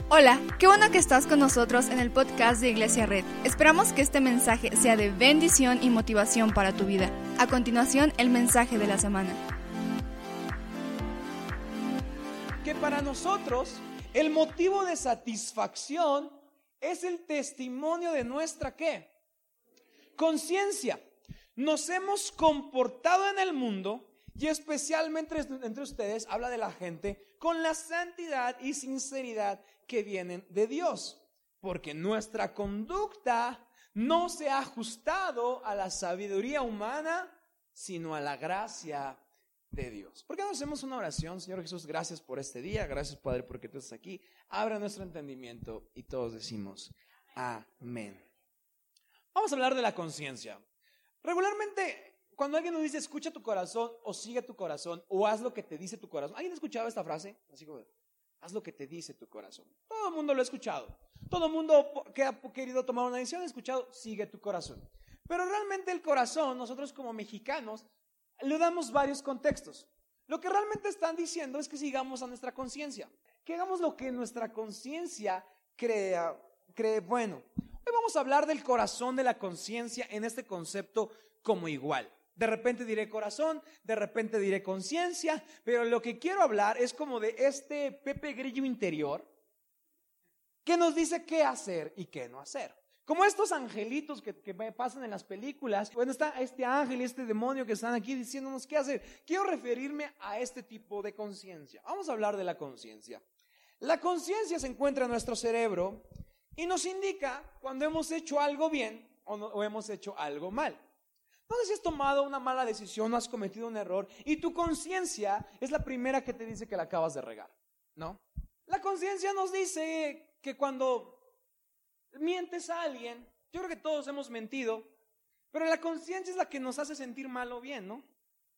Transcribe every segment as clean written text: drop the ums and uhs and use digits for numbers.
Hola, qué bueno que estás con nosotros en el podcast de Iglesia Red. Esperamos que este mensaje sea de bendición y motivación para tu vida. A continuación, el mensaje de la semana. Que para nosotros el motivo de satisfacción es el testimonio de nuestra ¿qué? Conciencia. Nos hemos comportado en el mundo, y especialmente entre ustedes, habla de la gente, con la santidad y sinceridad que vienen de Dios, porque nuestra conducta no se ha ajustado a la sabiduría humana, sino a la gracia de Dios. ¿Por qué no hacemos una oración? Señor Jesús, gracias por este día, gracias Padre porque tú estás aquí, abra nuestro entendimiento y todos decimos amén. Vamos a hablar de la conciencia. Regularmente, cuando alguien nos dice escucha tu corazón o sigue tu corazón o haz lo que te dice tu corazón, ¿alguien ha escuchado esta frase? Así como, haz lo que te dice tu corazón. Todo el mundo lo ha escuchado. Todo el mundo que ha querido tomar una decisión ha escuchado sigue tu corazón. Pero realmente el corazón, nosotros como mexicanos, le damos varios contextos. Lo que realmente están diciendo es que sigamos a nuestra conciencia, que hagamos lo que nuestra conciencia cree bueno. Hoy vamos a hablar del corazón de la conciencia en este concepto como igual. De repente diré corazón, de repente diré conciencia, pero lo que quiero hablar es como de este Pepe Grillo interior que nos dice qué hacer y qué no hacer. Como estos angelitos que pasan en las películas, cuando está este ángel y este demonio que están aquí diciéndonos qué hacer. Quiero referirme a este tipo de conciencia. Vamos a hablar de la conciencia. La conciencia se encuentra en nuestro cerebro y nos indica cuando hemos hecho algo bien o hemos hecho algo mal. No sé si has tomado una mala decisión o has cometido un error y tu conciencia es la primera que te dice que la acabas de regar, ¿no? La conciencia nos dice que cuando mientes a alguien, yo creo que todos hemos mentido, pero la conciencia es la que nos hace sentir mal o bien, ¿no?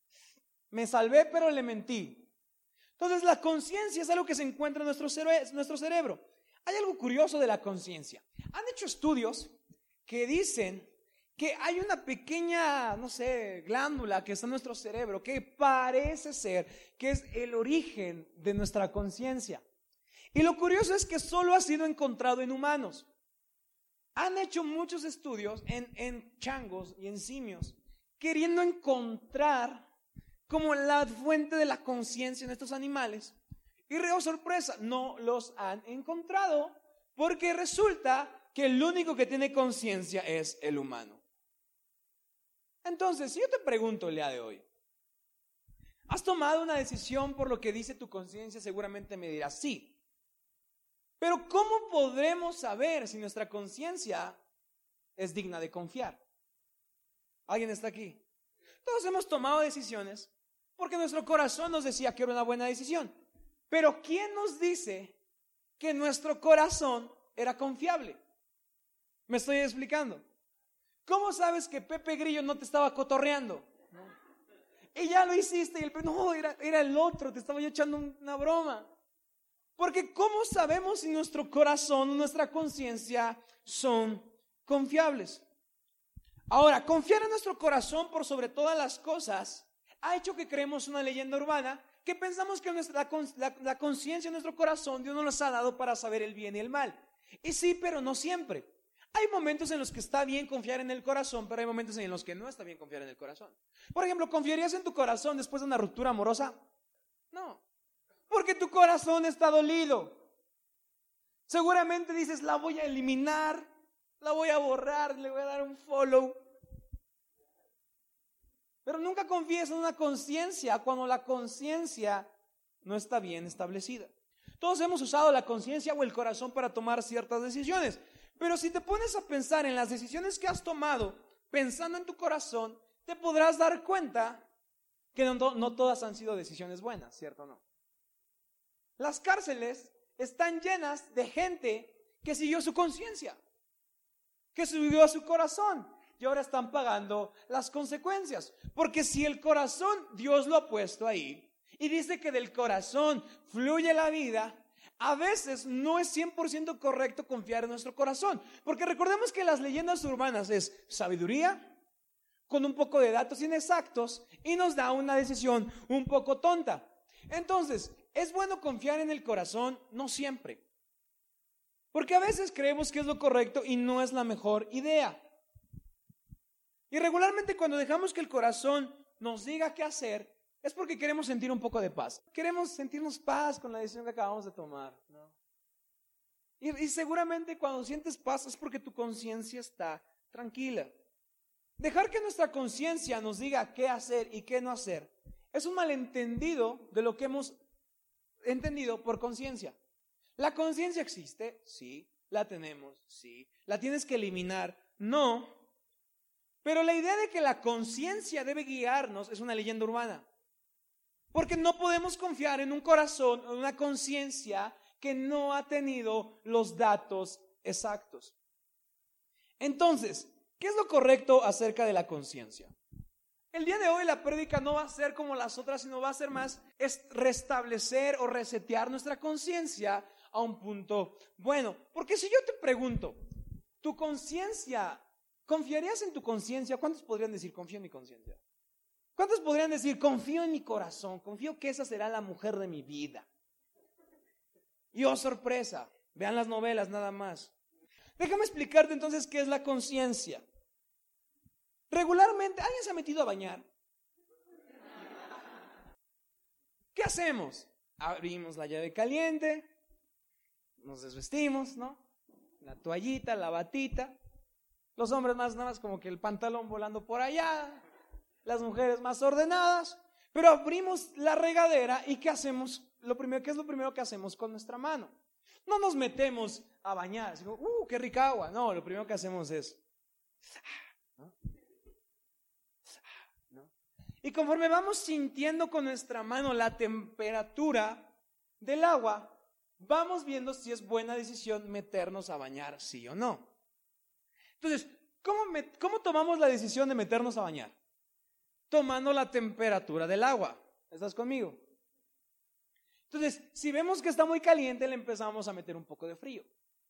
Me salvé, pero le mentí. Entonces la conciencia es algo que se encuentra en nuestro cerebro. Hay algo curioso de la conciencia. Han hecho estudios que dicen que hay una pequeña, glándula que está en nuestro cerebro que parece ser que es el origen de nuestra conciencia. Y lo curioso es que solo ha sido encontrado en humanos. Han hecho muchos estudios en changos y en simios, queriendo encontrar como la fuente de la conciencia en estos animales. Y sorpresa, no los han encontrado, porque resulta que el único que tiene conciencia es el humano. Entonces, si yo te pregunto el día de hoy, ¿has tomado una decisión por lo que dice tu conciencia? Seguramente me dirás sí. Pero ¿cómo podremos saber si nuestra conciencia es digna de confiar? ¿Alguien está aquí? Todos hemos tomado decisiones porque nuestro corazón nos decía que era una buena decisión. Pero ¿quién nos dice que nuestro corazón era confiable? ¿Me estoy explicando? ¿Cómo sabes que Pepe Grillo no te estaba cotorreando? Y ya lo hiciste y era el otro, te estaba yo echando una broma. Porque ¿cómo sabemos si nuestro corazón, nuestra conciencia son confiables? Ahora, confiar en nuestro corazón por sobre todas las cosas ha hecho que creemos una leyenda urbana que pensamos que la conciencia en nuestro corazón Dios nos las ha dado para saber el bien y el mal. Y sí, pero no siempre. Hay momentos en los que está bien confiar en el corazón, pero hay momentos en los que no está bien confiar en el corazón. Por ejemplo, ¿confiarías en tu corazón después de una ruptura amorosa? No. Porque tu corazón está dolido. Seguramente dices, la voy a eliminar, la voy a borrar, le voy a dar un follow. Pero nunca confíes en una conciencia cuando la conciencia no está bien establecida. Todos hemos usado la conciencia o el corazón para tomar ciertas decisiones. Pero si te pones a pensar en las decisiones que has tomado, pensando en tu corazón, te podrás dar cuenta que no todas han sido decisiones buenas, ¿cierto o no? Las cárceles están llenas de gente que siguió su conciencia, que siguió a su corazón y ahora están pagando las consecuencias. Porque si el corazón Dios lo ha puesto ahí y dice que del corazón fluye la vida, a veces no es 100% correcto confiar en nuestro corazón. Porque recordemos que las leyendas urbanas es sabiduría con un poco de datos inexactos y nos da una decisión un poco tonta. Entonces, ¿es bueno confiar en el corazón? No siempre. Porque a veces creemos que es lo correcto y no es la mejor idea. Y regularmente cuando dejamos que el corazón nos diga qué hacer, es porque queremos sentir un poco de paz. Queremos sentirnos paz con la decisión que acabamos de tomar, ¿no? Y seguramente cuando sientes paz es porque tu conciencia está tranquila. Dejar que nuestra conciencia nos diga qué hacer y qué no hacer es un malentendido de lo que hemos entendido por conciencia. ¿La conciencia existe? Sí. ¿La tenemos? Sí. ¿La tienes que eliminar? No. Pero la idea de que la conciencia debe guiarnos es una leyenda urbana. Porque no podemos confiar en un corazón o en una conciencia que no ha tenido los datos exactos. Entonces, ¿qué es lo correcto acerca de la conciencia? El día de hoy la prédica no va a ser como las otras, sino va a ser más restablecer o resetear nuestra conciencia a un punto bueno. Porque si yo te pregunto, ¿tu conciencia, confiarías en tu conciencia? ¿Cuántos podrían decir, confío en mi conciencia? ¿Cuántos podrían decir, confío en mi corazón? Confío que esa será la mujer de mi vida. Y oh, sorpresa, vean las novelas nada más. Déjame explicarte entonces qué es la conciencia. Regularmente, ¿alguien se ha metido a bañar? ¿Qué hacemos? Abrimos la llave caliente, nos desvestimos, ¿no? La toallita, la batita. Los hombres más nada más como que el pantalón volando por allá. Las mujeres más ordenadas. Pero abrimos la regadera y ¿qué hacemos? ¿Qué es lo primero que hacemos con nuestra mano? No nos metemos a bañar, así como, qué rica agua. No, lo primero que hacemos es, ¿no? Y conforme vamos sintiendo con nuestra mano la temperatura del agua, vamos viendo si es buena decisión meternos a bañar, sí o no. Entonces, ¿cómo tomamos la decisión de meternos a bañar? Tomando la temperatura del agua. ¿Estás conmigo? Entonces, si vemos que está muy caliente, le empezamos a meter un poco de frío.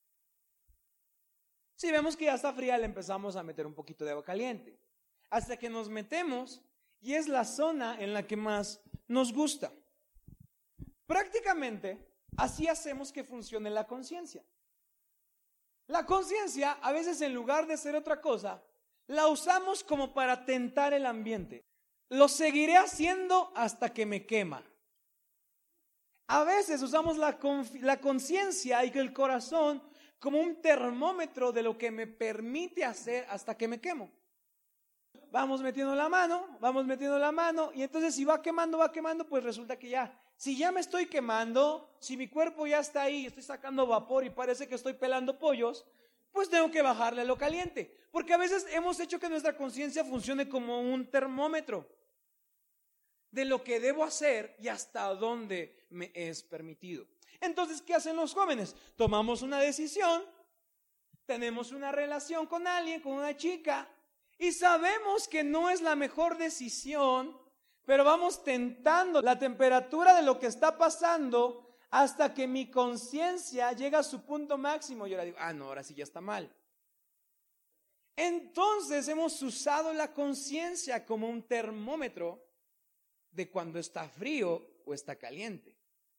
Si vemos que ya está fría, le empezamos a meter un poquito de agua caliente. Hasta que nos metemos y es la zona en la que más nos gusta. Prácticamente, así hacemos que funcione la conciencia. La conciencia, a veces en lugar de ser otra cosa, la usamos como para tentar el ambiente. Lo seguiré haciendo hasta que me quema. A veces usamos la conciencia y el corazón como un termómetro de lo que me permite hacer hasta que me quemo. Vamos metiendo la mano y entonces si va quemando, pues resulta que si ya me estoy quemando, si mi cuerpo ya está ahí, estoy sacando vapor y parece que estoy pelando pollos, pues tengo que bajarle a lo caliente. Porque a veces hemos hecho que nuestra conciencia funcione como un termómetro de lo que debo hacer y hasta dónde me es permitido. Entonces, ¿qué hacen los jóvenes? Tomamos una decisión, tenemos una relación con alguien, con una chica, y sabemos que no es la mejor decisión, pero vamos tentando la temperatura de lo que está pasando hasta que mi conciencia llega a su punto máximo. Y ahora digo, no, ahora sí ya está mal. Entonces hemos usado la conciencia como un termómetro de cuando está frío o está caliente.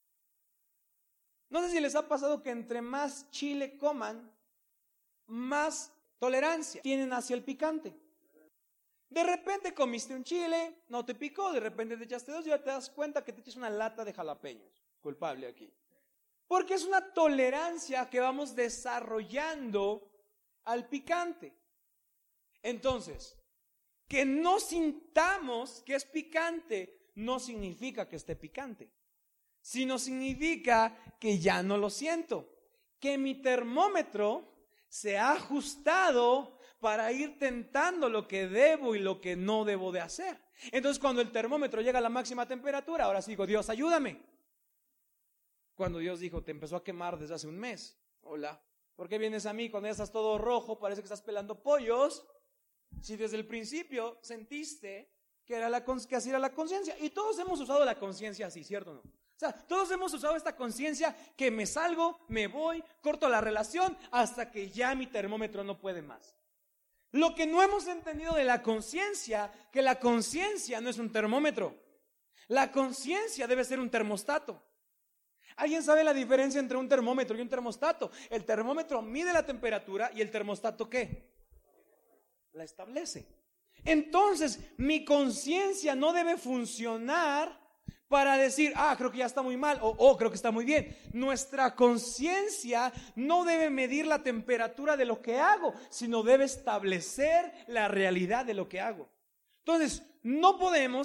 No sé si les ha pasado que entre más chile coman, más tolerancia tienen hacia el picante. De repente comiste un chile, no te picó, de repente te echaste dos y ya te das cuenta que te echas una lata de jalapeños. Culpable aquí. Porque es una tolerancia que vamos desarrollando al picante. Entonces, que no sintamos que es picante no significa que esté picante, sino significa que ya no lo siento, que mi termómetro se ha ajustado para ir tentando lo que debo y lo que no debo de hacer. Entonces cuando el termómetro llega a la máxima temperatura, ahora sí digo, Dios, ayúdame. Cuando Dios dijo, te empezó a quemar desde hace un mes. Hola, ¿por qué vienes a mí cuando ya estás todo rojo? Parece que estás pelando pollos. Si desde el principio sentiste que así era la conciencia. Y todos hemos usado la conciencia así, ¿cierto o no? O sea, todos hemos usado esta conciencia que me salgo, me voy, corto la relación hasta que ya mi termómetro no puede más. Lo que no hemos entendido de la conciencia, que la conciencia no es un termómetro. La conciencia debe ser un termostato. ¿Alguien sabe la diferencia entre un termómetro y un termostato? El termómetro mide la temperatura y el termostato ¿qué? La establece. Entonces, mi conciencia no debe funcionar para decir, creo que ya está muy mal o creo que está muy bien. Nuestra conciencia no debe medir la temperatura de lo que hago, sino debe establecer la realidad de lo que hago. Entonces, no podemos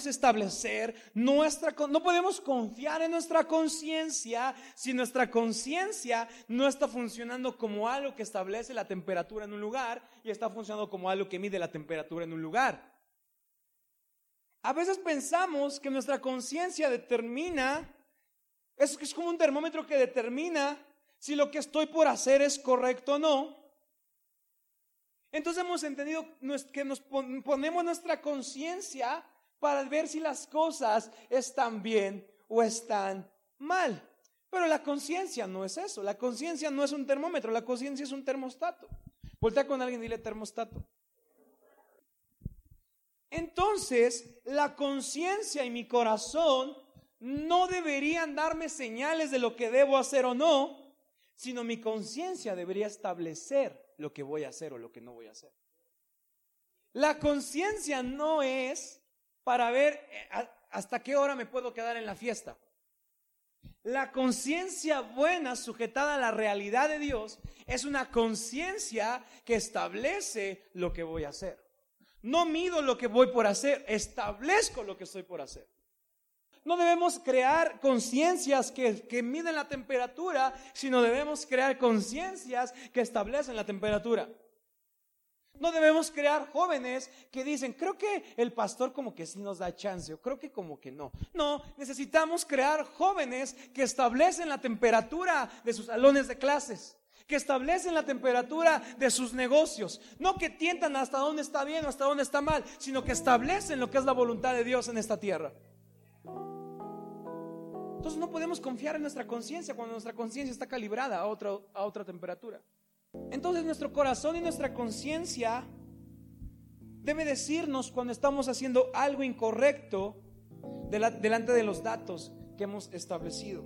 no podemos confiar en nuestra conciencia si nuestra conciencia no está funcionando como algo que establece la temperatura en un lugar y está funcionando como algo que mide la temperatura en un lugar. A veces pensamos que nuestra conciencia determina, es como un termómetro que determina si lo que estoy por hacer es correcto o no. Entonces hemos entendido que nos ponemos nuestra conciencia para ver si las cosas están bien o están mal. Pero la conciencia no es eso. La conciencia no es un termómetro, la conciencia es un termostato. Voltea con alguien y dile termostato. Entonces, la conciencia y mi corazón no deberían darme señales de lo que debo hacer o no, sino mi conciencia debería establecer lo que voy a hacer o lo que no voy a hacer. La conciencia no es para ver hasta qué hora me puedo quedar en la fiesta. La conciencia buena, sujetada a la realidad de Dios, es una conciencia que establece lo que voy a hacer. No mido lo que voy por hacer, establezco lo que estoy por hacer. No debemos crear conciencias que miden la temperatura, sino debemos crear conciencias que establecen la temperatura. No debemos crear jóvenes que dicen, creo que el pastor como que sí nos da chance, o creo que como que no. No, necesitamos crear jóvenes que establecen la temperatura de sus salones de clases, que establecen la temperatura de sus negocios. No que tientan hasta dónde está bien o hasta dónde está mal, sino que establecen lo que es la voluntad de Dios en esta tierra. Entonces no podemos confiar en nuestra conciencia cuando nuestra conciencia está calibrada a otra temperatura. Entonces nuestro corazón y nuestra conciencia debe decirnos cuando estamos haciendo algo incorrecto delante de los datos que hemos establecido.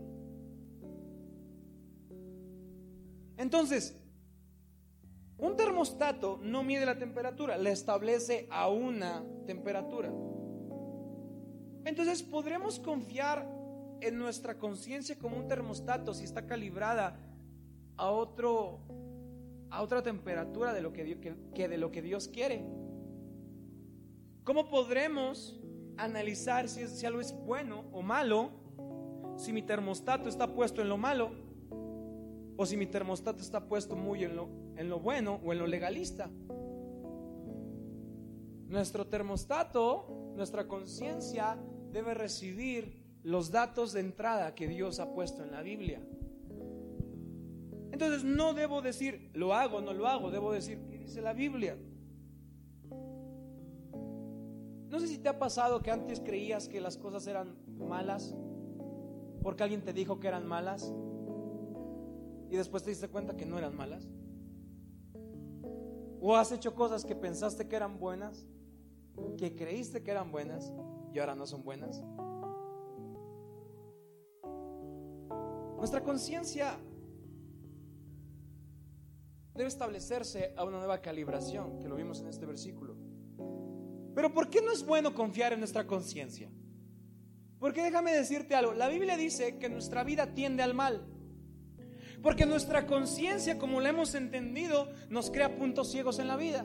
Entonces, un termostato no mide la temperatura, la establece a una temperatura. Entonces podremos confiar en nuestra conciencia como un termostato si está calibrada a otra temperatura de lo que Dios quiere. ¿Cómo podremos analizar si algo es bueno o malo si mi termostato está puesto en lo malo o si mi termostato está puesto muy en lo bueno o en lo legalista? Nuestro termostato, nuestra conciencia debe recibir los datos de entrada que Dios ha puesto en la Biblia. Entonces no debo decir lo hago o no lo hago, debo decir ¿qué dice la Biblia? No sé si te ha pasado que antes creías que las cosas eran malas porque alguien te dijo que eran malas y después te diste cuenta que no eran malas. O has hecho cosas que pensaste que eran buenas, que creíste que eran buenas y ahora no son buenas. Nuestra conciencia debe establecerse a una nueva calibración, que lo vimos en este versículo. Pero ¿por qué no es bueno confiar en nuestra conciencia? Porque déjame decirte algo, la Biblia dice que nuestra vida tiende al mal. Porque nuestra conciencia, como la hemos entendido, nos crea puntos ciegos en la vida.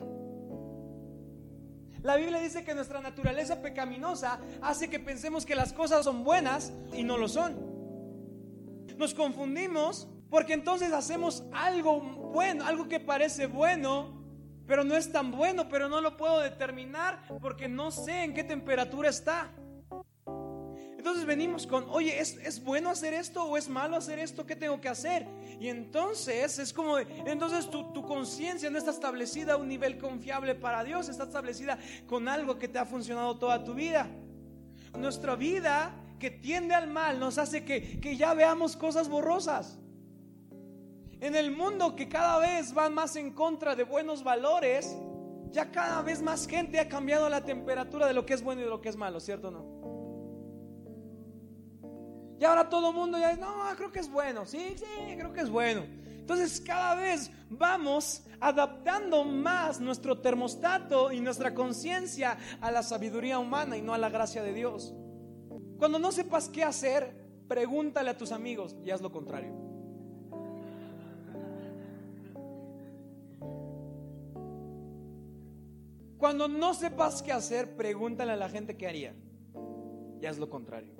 La Biblia dice que nuestra naturaleza pecaminosa hace que pensemos que las cosas son buenas y no lo son. Nos confundimos porque entonces hacemos algo bueno, algo que parece bueno, pero no es tan bueno, pero no lo puedo determinar porque no sé en qué temperatura está. Entonces venimos con, oye, ¿es bueno hacer esto o es malo hacer esto? ¿Qué tengo que hacer? Y entonces es como, entonces tu conciencia no está establecida a un nivel confiable para Dios, está establecida con algo que te ha funcionado toda tu vida. Nuestra vida que tiende al mal nos hace que ya veamos cosas borrosas. En el mundo que cada vez va más en contra de buenos valores, ya cada vez más gente ha cambiado la temperatura de lo que es bueno y de lo que es malo, ¿cierto o no? Y ahora todo el mundo ya dice, no, creo que es bueno. Sí, creo que es bueno. Entonces cada vez vamos adaptando más nuestro termostato y nuestra conciencia a la sabiduría humana y no a la gracia de Dios. Cuando no sepas qué hacer, pregúntale a tus amigos y haz lo contrario. Cuando no sepas qué hacer, pregúntale a la gente qué haría y haz lo contrario.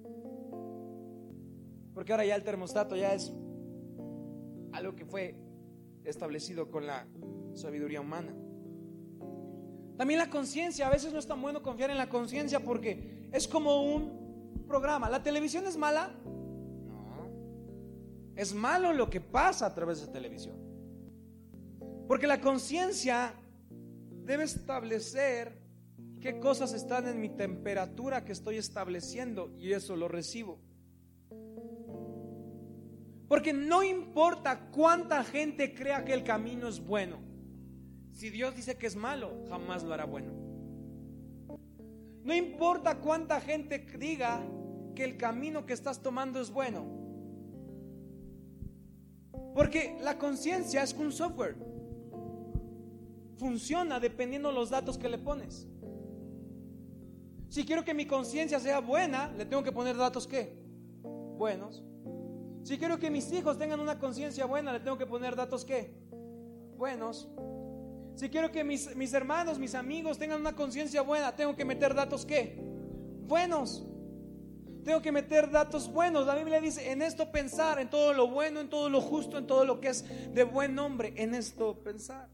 Porque ahora ya el termostato ya es algo que fue establecido con la sabiduría humana. También la conciencia, a veces no es tan bueno confiar en la conciencia porque es como un programa. ¿La televisión es mala? No. Es malo lo que pasa a través de televisión. Porque la conciencia debe establecer qué cosas están en mi temperatura que estoy estableciendo y eso lo recibo. Porque no importa cuánta gente crea que el camino es bueno, si Dios dice que es malo, jamás lo hará bueno. No importa cuánta gente diga que el camino que estás tomando es bueno, porque la conciencia es un software. Funciona dependiendo de los datos que le pones. Si quiero que mi conciencia sea buena, le tengo que poner datos ¿qué? Buenos. Si quiero que mis hijos tengan una conciencia buena, le tengo que poner datos ¿qué? Buenos. Si quiero que mis hermanos, mis amigos tengan una conciencia buena, tengo que meter datos ¿qué? Buenos. Tengo que meter datos buenos. La Biblia dice, en esto pensar, en todo lo bueno, en todo lo justo, en todo lo que es de buen nombre, en esto pensar.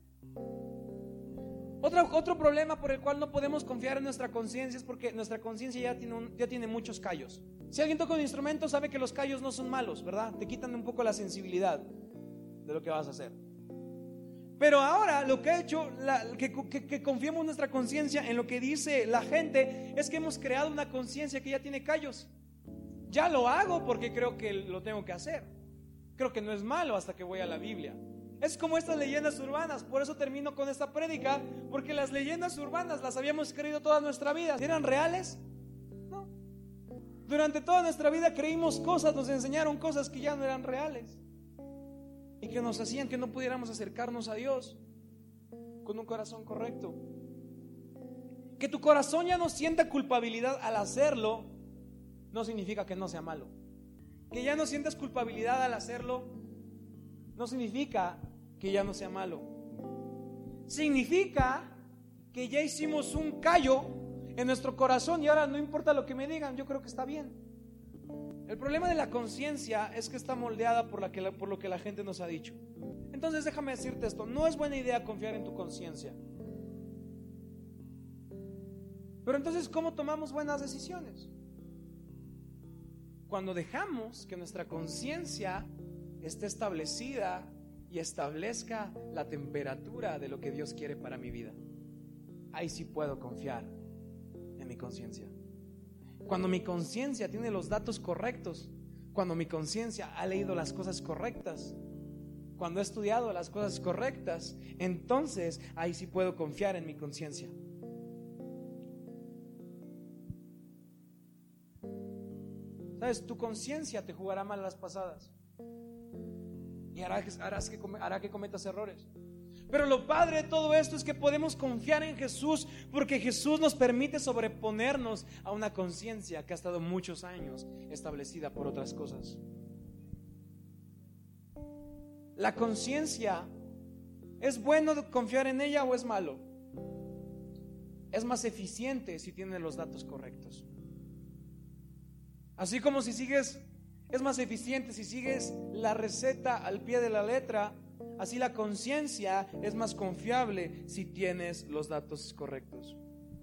Otro problema por el cual no podemos confiar en nuestra conciencia es porque nuestra conciencia ya tiene muchos callos. Si alguien toca un instrumento sabe que los callos no son malos, ¿verdad? Te quitan un poco la sensibilidad de lo que vas a hacer. Pero ahora lo que ha hecho que confiemos nuestra conciencia en lo que dice la gente es que hemos creado una conciencia que ya tiene callos. Ya lo hago porque creo que lo tengo que hacer. Creo que no es malo hasta que voy a la Biblia. Es como estas leyendas urbanas. Por eso termino con esta prédica, porque las leyendas urbanas las habíamos creído toda nuestra vida. ¿Eran reales? No. Durante toda nuestra vida creímos cosas, nos enseñaron cosas que ya no eran reales y que nos hacían que no pudiéramos acercarnos a Dios con un corazón correcto. Que tu corazón ya no sienta culpabilidad al hacerlo no significa que no sea malo. Que ya no sientas culpabilidad al hacerlo no significa que ya no sea malo. Significa que ya hicimos un callo en nuestro corazón y ahora no importa lo que me digan, yo creo que está bien. El problema de la conciencia es que está moldeada por lo que la gente nos ha dicho. Entonces déjame decirte esto, no es buena idea confiar en tu conciencia. Pero entonces, ¿cómo tomamos buenas decisiones? Cuando dejamos que nuestra conciencia esté establecida y establezca la temperatura de lo que Dios quiere para mi vida. Ahí sí puedo confiar en mi conciencia. Cuando mi conciencia tiene los datos correctos, cuando mi conciencia ha leído las cosas correctas, cuando he estudiado las cosas correctas, entonces ahí sí puedo confiar en mi conciencia. ¿Sabes? Tu conciencia te jugará mal las pasadas y hará que cometas errores. Pero lo padre de todo esto es que podemos confiar en Jesús, porque Jesús nos permite sobreponernos a una conciencia que ha estado muchos años establecida por otras cosas. La conciencia, ¿es bueno confiar en ella o es malo? Es más eficiente si tiene los datos correctos. Así como es más eficiente si sigues la receta al pie de la letra, así la conciencia es más confiable si tienes los datos correctos.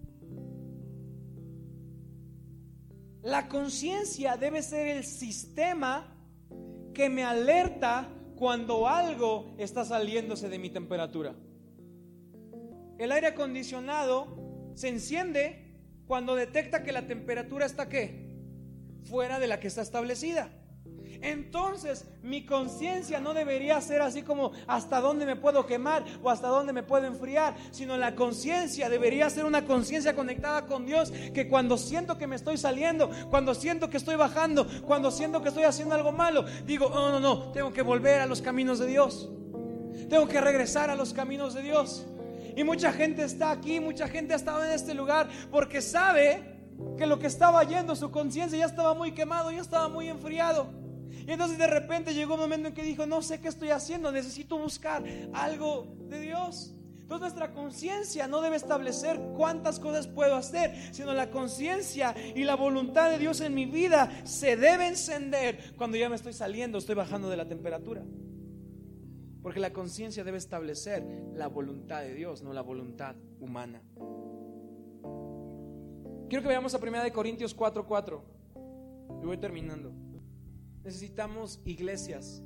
La conciencia debe ser el sistema que me alerta cuando algo está saliéndose de mi temperatura. El aire acondicionado se enciende cuando detecta que la temperatura está ¿qué? Fuera de la que está establecida. Entonces mi conciencia no debería ser así como hasta dónde me puedo quemar o hasta dónde me puedo enfriar, sino la conciencia debería ser una conciencia conectada con Dios, que cuando siento que me estoy saliendo, cuando siento que estoy bajando, cuando siento que estoy haciendo algo malo, digo, no, tengo que volver a los caminos de Dios, tengo que regresar a los caminos de Dios. Y mucha gente está aquí, mucha gente ha estado en este lugar porque sabe que lo que estaba yendo, su conciencia ya estaba muy quemado, ya estaba muy enfriado. Y entonces de repente llegó un momento en que dijo, no sé qué estoy haciendo, necesito buscar algo de Dios. Entonces nuestra conciencia no debe establecer cuántas cosas puedo hacer, sino la conciencia y la voluntad de Dios en mi vida se debe encender cuando ya me estoy saliendo, estoy bajando de la temperatura. Porque la conciencia debe establecer la voluntad de Dios, no la voluntad humana. Quiero que veamos a 1 Corintios 4:4. Y voy terminando. Necesitamos iglesias,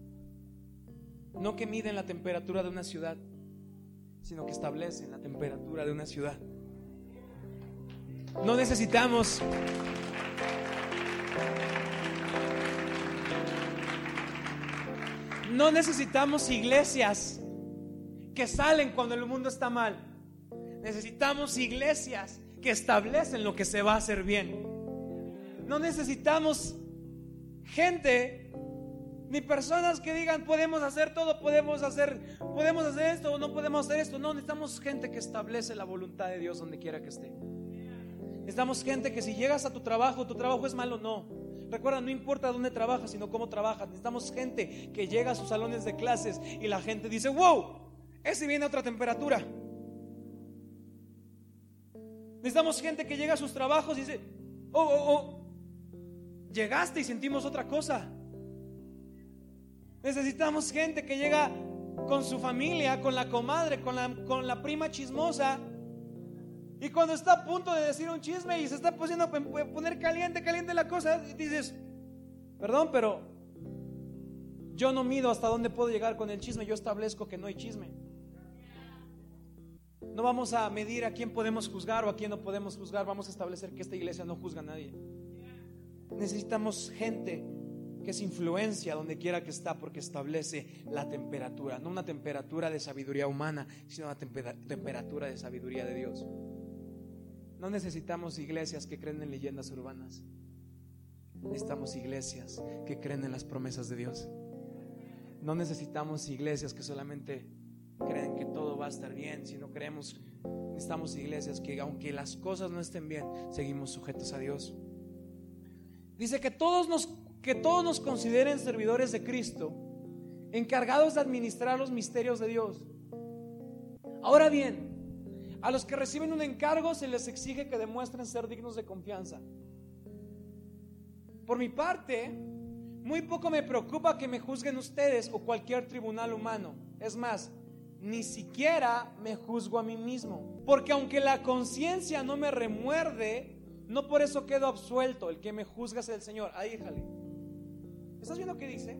no que miden la temperatura de una ciudad, sino que establecen la temperatura de una ciudad. No necesitamos iglesias que salen cuando el mundo está mal. Necesitamos iglesias que establecen lo que se va a hacer bien. No necesitamos gente ni personas que digan podemos hacer todo, podemos hacer esto o no podemos hacer esto. No, necesitamos gente que establece la voluntad de Dios donde quiera que esté. Necesitamos gente que si llegas a tu trabajo es malo, no. Recuerda, no importa dónde trabajas, sino cómo trabajas. Necesitamos gente que llega a sus salones de clases y la gente dice, wow, ese viene a otra temperatura. Necesitamos gente que llega a sus trabajos y dice, llegaste y sentimos otra cosa. Necesitamos gente que llega con su familia, con la comadre, con la prima chismosa, y cuando está a punto de decir un chisme y se está poner caliente la cosa, dices, perdón, pero yo no mido hasta dónde puedo llegar con el chisme, yo establezco que no hay chisme. No vamos a medir a quién podemos juzgar o a quién no podemos juzgar. Vamos a establecer que esta iglesia no juzga a nadie. Necesitamos gente que es influencia donde quiera que está, porque establece la temperatura. No una temperatura de sabiduría humana, sino una temperatura de sabiduría de Dios. No necesitamos iglesias que creen en leyendas urbanas. Necesitamos iglesias que creen en las promesas de Dios. No necesitamos iglesias que solamente creen que todo va a estar bien, sino necesitamos iglesias que aunque las cosas no estén bien, seguimos sujetos a Dios. Dice que todos nos consideren servidores de Cristo, encargados de administrar los misterios de Dios. Ahora bien, a los que reciben un encargo se les exige que demuestren ser dignos de confianza. Por mi parte, muy poco me preocupa que me juzguen ustedes o cualquier tribunal humano. Es más, ni siquiera me juzgo a mí mismo, porque aunque la conciencia no me remuerde, no por eso quedo absuelto. El que me juzga es el Señor. Ahí, déjale. ¿Estás viendo qué dice?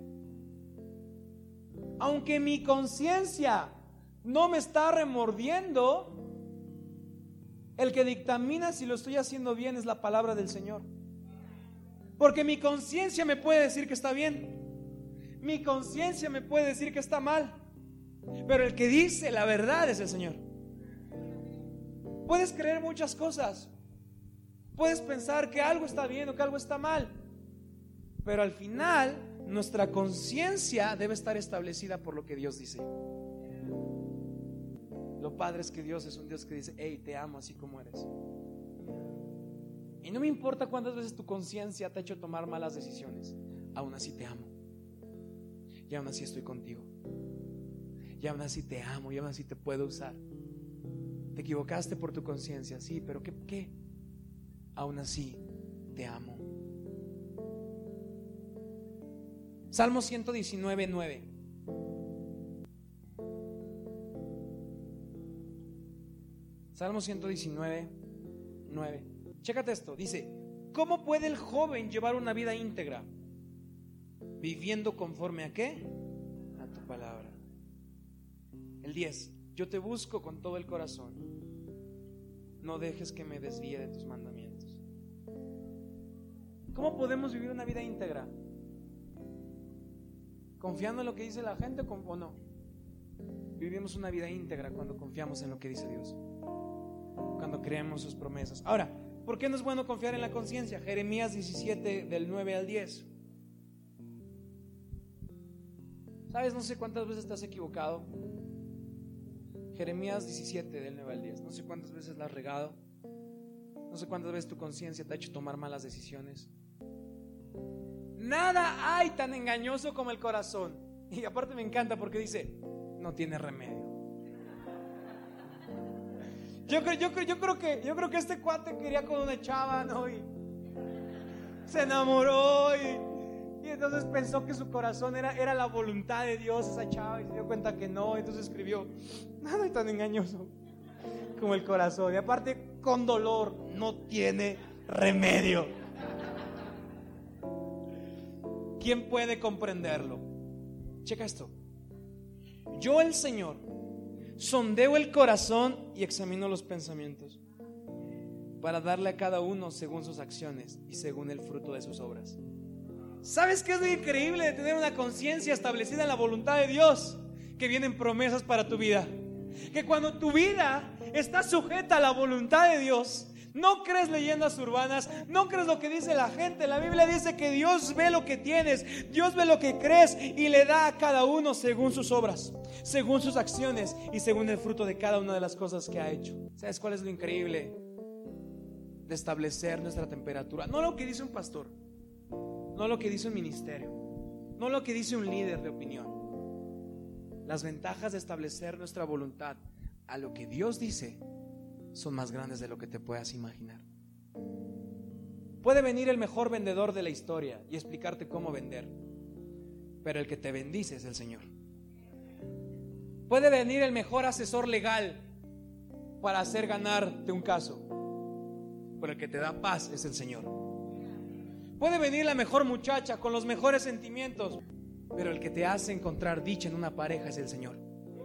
Aunque mi conciencia no me está remordiendo, el que dictamina si lo estoy haciendo bien es la palabra del Señor. Porque mi conciencia me puede decir que está bien, mi conciencia me puede decir que está mal, pero el que dice la verdad es el Señor. Puedes creer muchas cosas, puedes pensar que algo está bien o que algo está mal, pero al final nuestra conciencia debe estar establecida por lo que Dios dice. Lo padre es que Dios es un Dios que dice, hey, te amo así como eres. Y no me importa cuántas veces tu conciencia te ha hecho tomar malas decisiones, aún así te amo. Y aún así estoy contigo. Y aún así te amo, y aún así te puedo usar. Te equivocaste por tu conciencia, sí, pero ¿qué? Aún así te amo. Salmo 119:9. Salmo 119:9. Chécate esto, dice: ¿cómo puede el joven llevar una vida íntegra? Viviendo conforme ¿a qué? A tu palabra. El 10. Yo te busco con todo el corazón. No dejes que me desvíe de tus mandamientos. ¿Cómo podemos vivir una vida íntegra? ¿Confiando en lo que dice la gente o no? Vivimos una vida íntegra cuando confiamos en lo que dice Dios, cuando creemos sus promesas. Ahora, ¿por qué no es bueno confiar en la conciencia? Jeremías 17 del 9 al 10. ¿Sabes? No sé cuántas veces te has equivocado. Jeremías 17 del 9 al 10. No sé cuántas veces la has regado. No sé cuántas veces tu conciencia te ha hecho tomar malas decisiones. Nada hay tan engañoso como el corazón. Y aparte me encanta porque dice, no tiene remedio. Yo creo que este cuate quería con una chava, ¿no? Y se enamoró y entonces pensó que su corazón era la voluntad de Dios, esa chava, y se dio cuenta que no. Entonces escribió, nada hay tan engañoso como el corazón. Y aparte, con dolor, no tiene remedio. ¿Quién puede comprenderlo? Checa esto. Yo, el Señor, sondeo el corazón y examino los pensamientos para darle a cada uno según sus acciones y según el fruto de sus obras. ¿Sabes qué es lo increíble de tener una conciencia establecida en la voluntad de Dios? Que vienen promesas para tu vida. Que cuando tu vida está sujeta a la voluntad de Dios, no crees leyendas urbanas, no crees lo que dice la gente. La Biblia dice que Dios ve lo que tienes, Dios ve lo que crees y le da a cada uno según sus obras, según sus acciones y según el fruto de cada una de las cosas que ha hecho. ¿Sabes cuál es lo increíble de establecer nuestra temperatura? No lo que dice un pastor, no lo que dice un ministerio, no lo que dice un líder de opinión. Las ventajas de establecer nuestra voluntad a lo que Dios dice son más grandes de lo que te puedas imaginar. Puede venir el mejor vendedor de la historia y explicarte cómo vender, pero el que te bendice es el Señor. Puede venir el mejor asesor legal para hacer ganarte un caso, pero el que te da paz es el Señor. Puede venir la mejor muchacha con los mejores sentimientos, pero el que te hace encontrar dicha en una pareja es el Señor.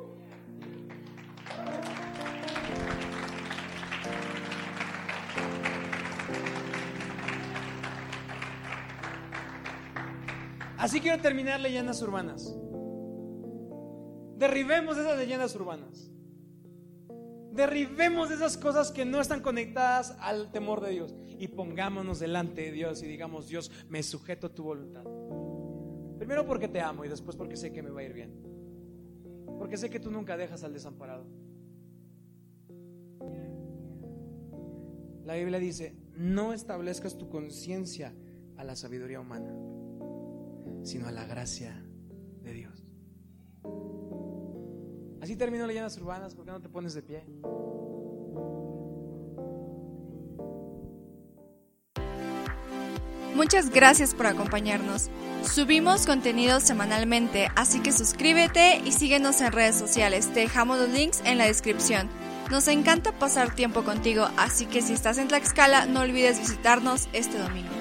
Así quiero terminar leyendas urbanas. Derribemos esas leyendas urbanas. Derribemos esas cosas que no están conectadas al temor de Dios y pongámonos delante de Dios y digamos: Dios, me sujeto a tu voluntad. Primero porque te amo y después porque sé que me va a ir bien, porque sé que tú nunca dejas al desamparado. La Biblia dice: no establezcas tu conciencia a la sabiduría humana, sino a la gracia de Dios. Así termino leyendas urbanas. ¿Por qué no te pones de pie? Muchas gracias por acompañarnos. Subimos contenido semanalmente, así que suscríbete y síguenos en redes sociales. Te dejamos los links en la descripción. Nos encanta pasar tiempo contigo, así que si estás en Tlaxcala, no olvides visitarnos este domingo.